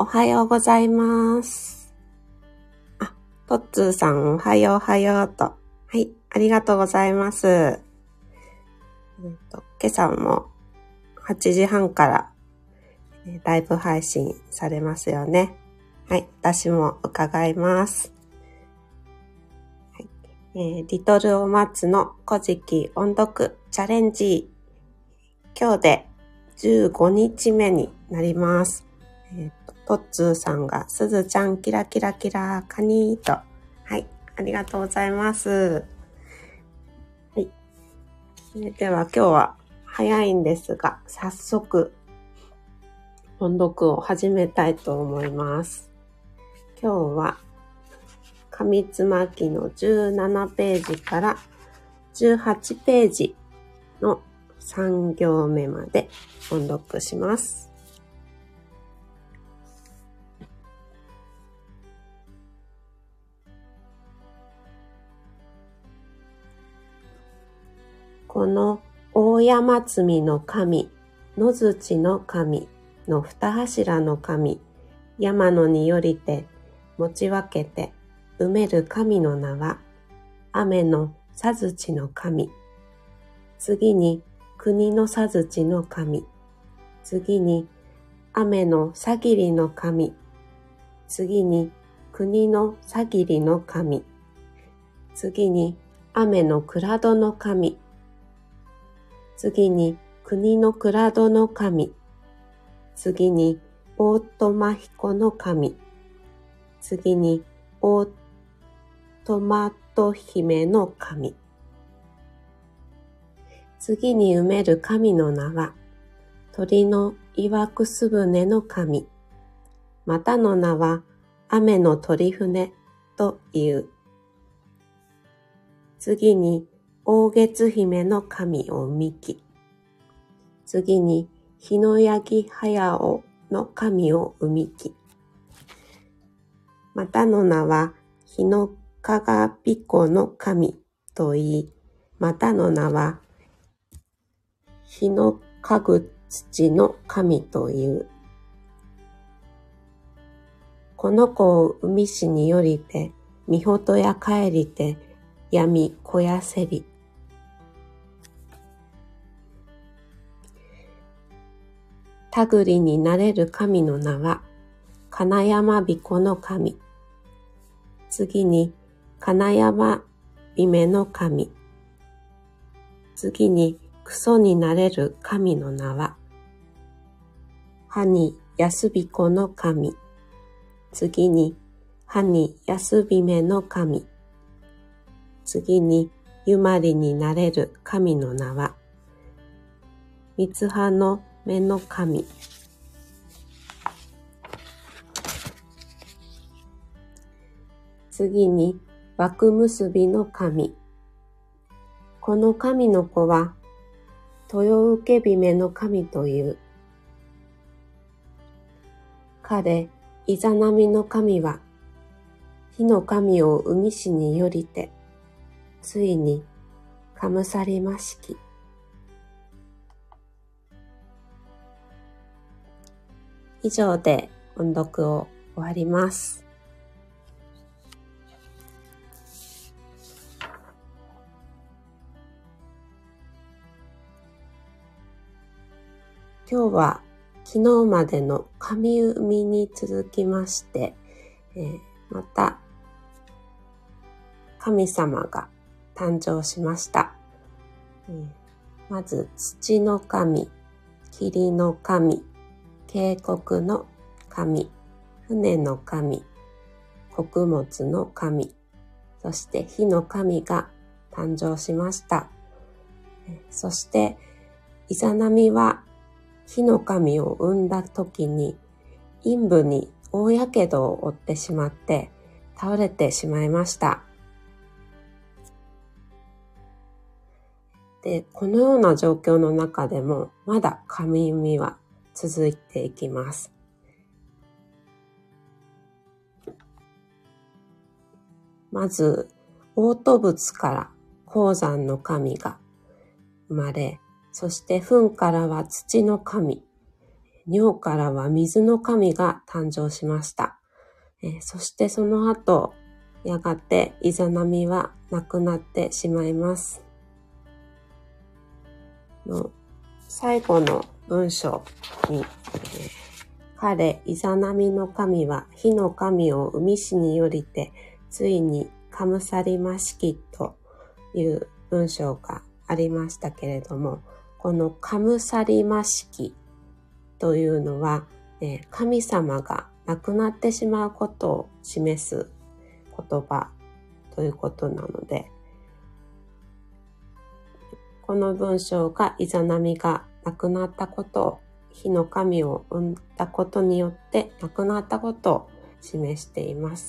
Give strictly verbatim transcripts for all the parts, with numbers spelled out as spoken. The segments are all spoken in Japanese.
おはようございます。あ、トッツーさんおはようおはようと。はい、ありがとうございます。えっと、今朝もはちじはんからライブ配信されますよね。はい、私も伺います。はいえー、リトルお松の古事記音読チャレンジ。今日でじゅうごにちめになります。えートッツーさんが、すずちゃんキラキラキラカニーと。はい、ありがとうございます。はい。では今日は早いんですが、早速、音読を始めたいと思います。今日は、上つまきのじゅうななページからじゅうはちページのさん行目まで音読します。この大山積みの神、野槌の神の二柱の神、山野によりて持ち分けて埋める神の名は、雨のさづちの神、次に国のさづちの神、次に雨のさぎりの神、次に国のさぎりの神、次に雨の蔵戸の神、次に国の蔵戸の神、次に大苫彦の神、次に大苫と姫の神、次に埋める神の名は、鳥の岩くす船の神、またの名は雨の鳥船という。次に大月姫の神を生みき、次に日の柳早尾の神を生みき、またの名は日のかがびこの神といい、またの名は日のかぐ土の神という。この子を生みしによりて、みほとや帰りて、闇こやせり。たぐりになれる神の名は、金山彦の神。次に、金山姫の神。次に、クソになれる神の名は、歯に安彦の神。次に、歯に安姫の神。次に、ゆまりになれる神の名は、三つ葉の目の神。次に、枠結びの神。この神の子は、豊受姫の神という。彼、イザナミの神は、火の神を生みしによりて、ついに、かむさりましき。以上で音読を終わります。今日は昨日までの神生みに続きまして、えー、また神様が誕生しました。えー、まず土の神、霧の神、渓谷の神、船の神、穀物の神、そして火の神が誕生しました。そして、イザナミは火の神を産んだ時に陰部に大やけどを負ってしまって倒れてしまいました。で、このような状況の中でもまだ神産みは続いていきます。まず、嘔吐物から鉱山の神が生まれ、そして糞からは土の神、 尿からは水の神が誕生しました。えー、そしてその後、やがてイザナミはなくなってしまいます。の最後の文章に、えー、彼、イザナミの神は火の神を海市によりて、ついにかむさりましきという文章がありましたけれども、このかむさりましきというのは、えー、神様が亡くなってしまうことを示す言葉ということなので、この文章がイザナミが亡くなったことを、火の神を生んだことによって亡くなったことを示しています。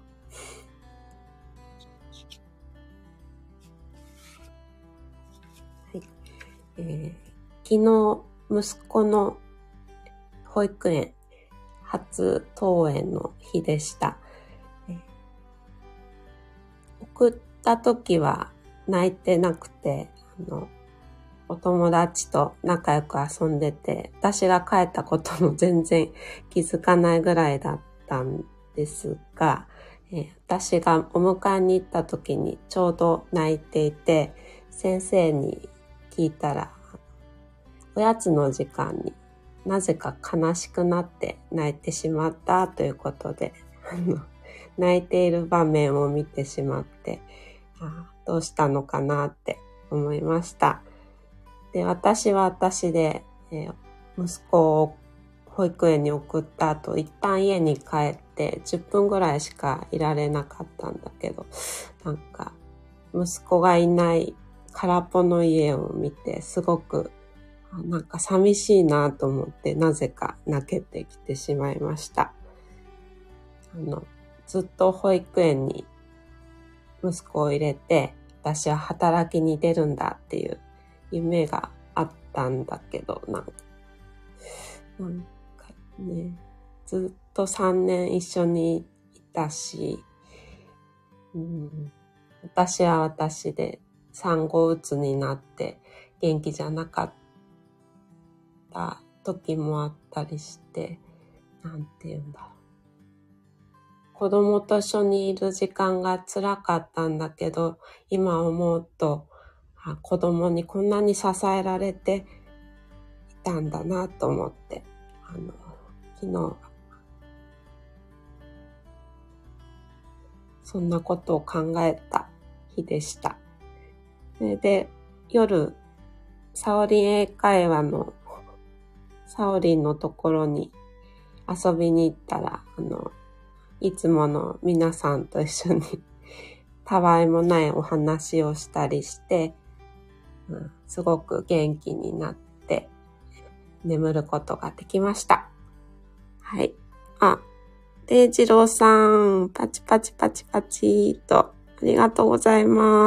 はい、えー、昨日息子の保育園初登園の日でした。えー、送った時は泣いてなくて、あのお友達と仲良く遊んでて、私が帰ったことも全然気づかないぐらいだったんですが、えー、私がお迎えに行った時にちょうど泣いていて、先生に聞いたら、おやつの時間になぜか悲しくなって泣いてしまったということで、泣いている場面を見てしまって、あ、どうしたのかなって思いました。で、私は私で、えー、息子を保育園に送った後、一旦家に帰ってじゅっぷんぐらいしかいられなかったんだけど、なんか息子がいない空っぽの家を見てすごくなんか寂しいなと思って、なぜか泣けてきてしまいました。あの、ずっと保育園に息子を入れて、私は働きに出るんだっていう夢があったんだけど、なんか、なんかね、ずっとさんねん一緒にいたし、うん、私は私で産後うつになって元気じゃなかった時もあったりして、なんて言うんだろう。子供と一緒にいる時間が辛かったんだけど、今思うと、あ、子供にこんなに支えられていたんだなと思って、あの、昨日、そんなことを考えた日でした。で、で夜、サオリン英会話のサオリンのところに遊びに行ったら、あの、いつもの皆さんと一緒にたわいもないお話をしたりして、うん、すごく元気になって眠ることができました。はい。あ、デイジローさん、パチパチパチパチと、ありがとうございます。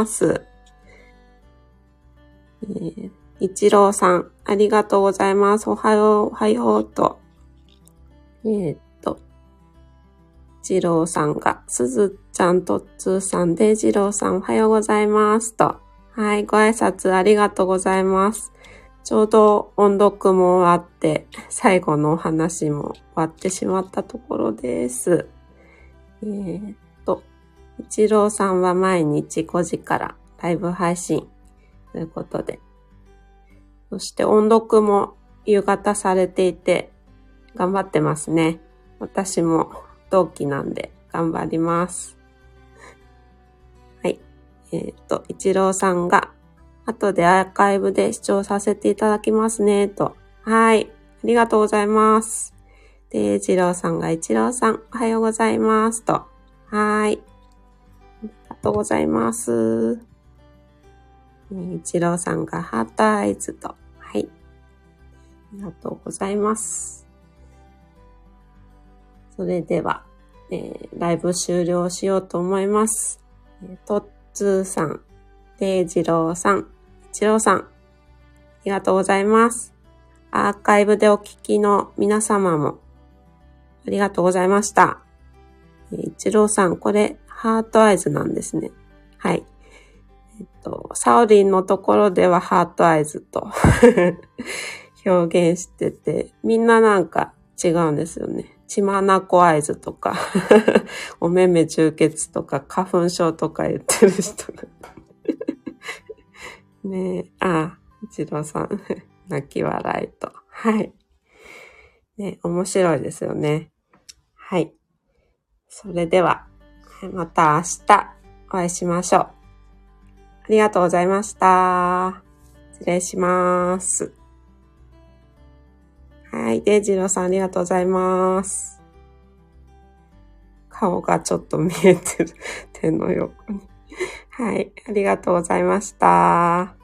えー、イチローさん、ありがとうございます。おはよう、おはようと。えージローさんが、すずちゃんとっつーさんで、ジローさんおはようございますと。はい、ご挨拶ありがとうございます。ちょうど音読も終わって、最後のお話も終わってしまったところです。えーっと、ジローさんは毎日ごじからライブ配信ということで、そして音読も夕方されていて、頑張ってますね。私も同期なんで頑張ります。はい。えっと、イチローさんが、後でアーカイブで視聴させていただきますね、と。はい。ありがとうございます。で、イチローさんが、イチローさん、おはようございます、と。はい。ありがとうございます。イチローさんが、ハートアイズと。はい。ありがとうございます。それでは、えー、ライブ終了しようと思います。えー、トッツーさん、デイジローさん、イチローさん、ありがとうございます。アーカイブでお聞きの皆様も、ありがとうございました。えー、イチローさん、これ、ハートアイズなんですね。はい。えっと、サオリンのところではハートアイズと表現してて、みんななんか違うんですよね。血眼合図とか、お目目充血とか、花粉症とか言ってる人が。ねえ、あ、一郎さん、泣き笑いと。はい。ね、面白いですよね。はい。それでは、また明日お会いしましょう。ありがとうございました。失礼します。はい。で、ジローさんありがとうございます。顔がちょっと見えてる。手の横に。はい。ありがとうございました。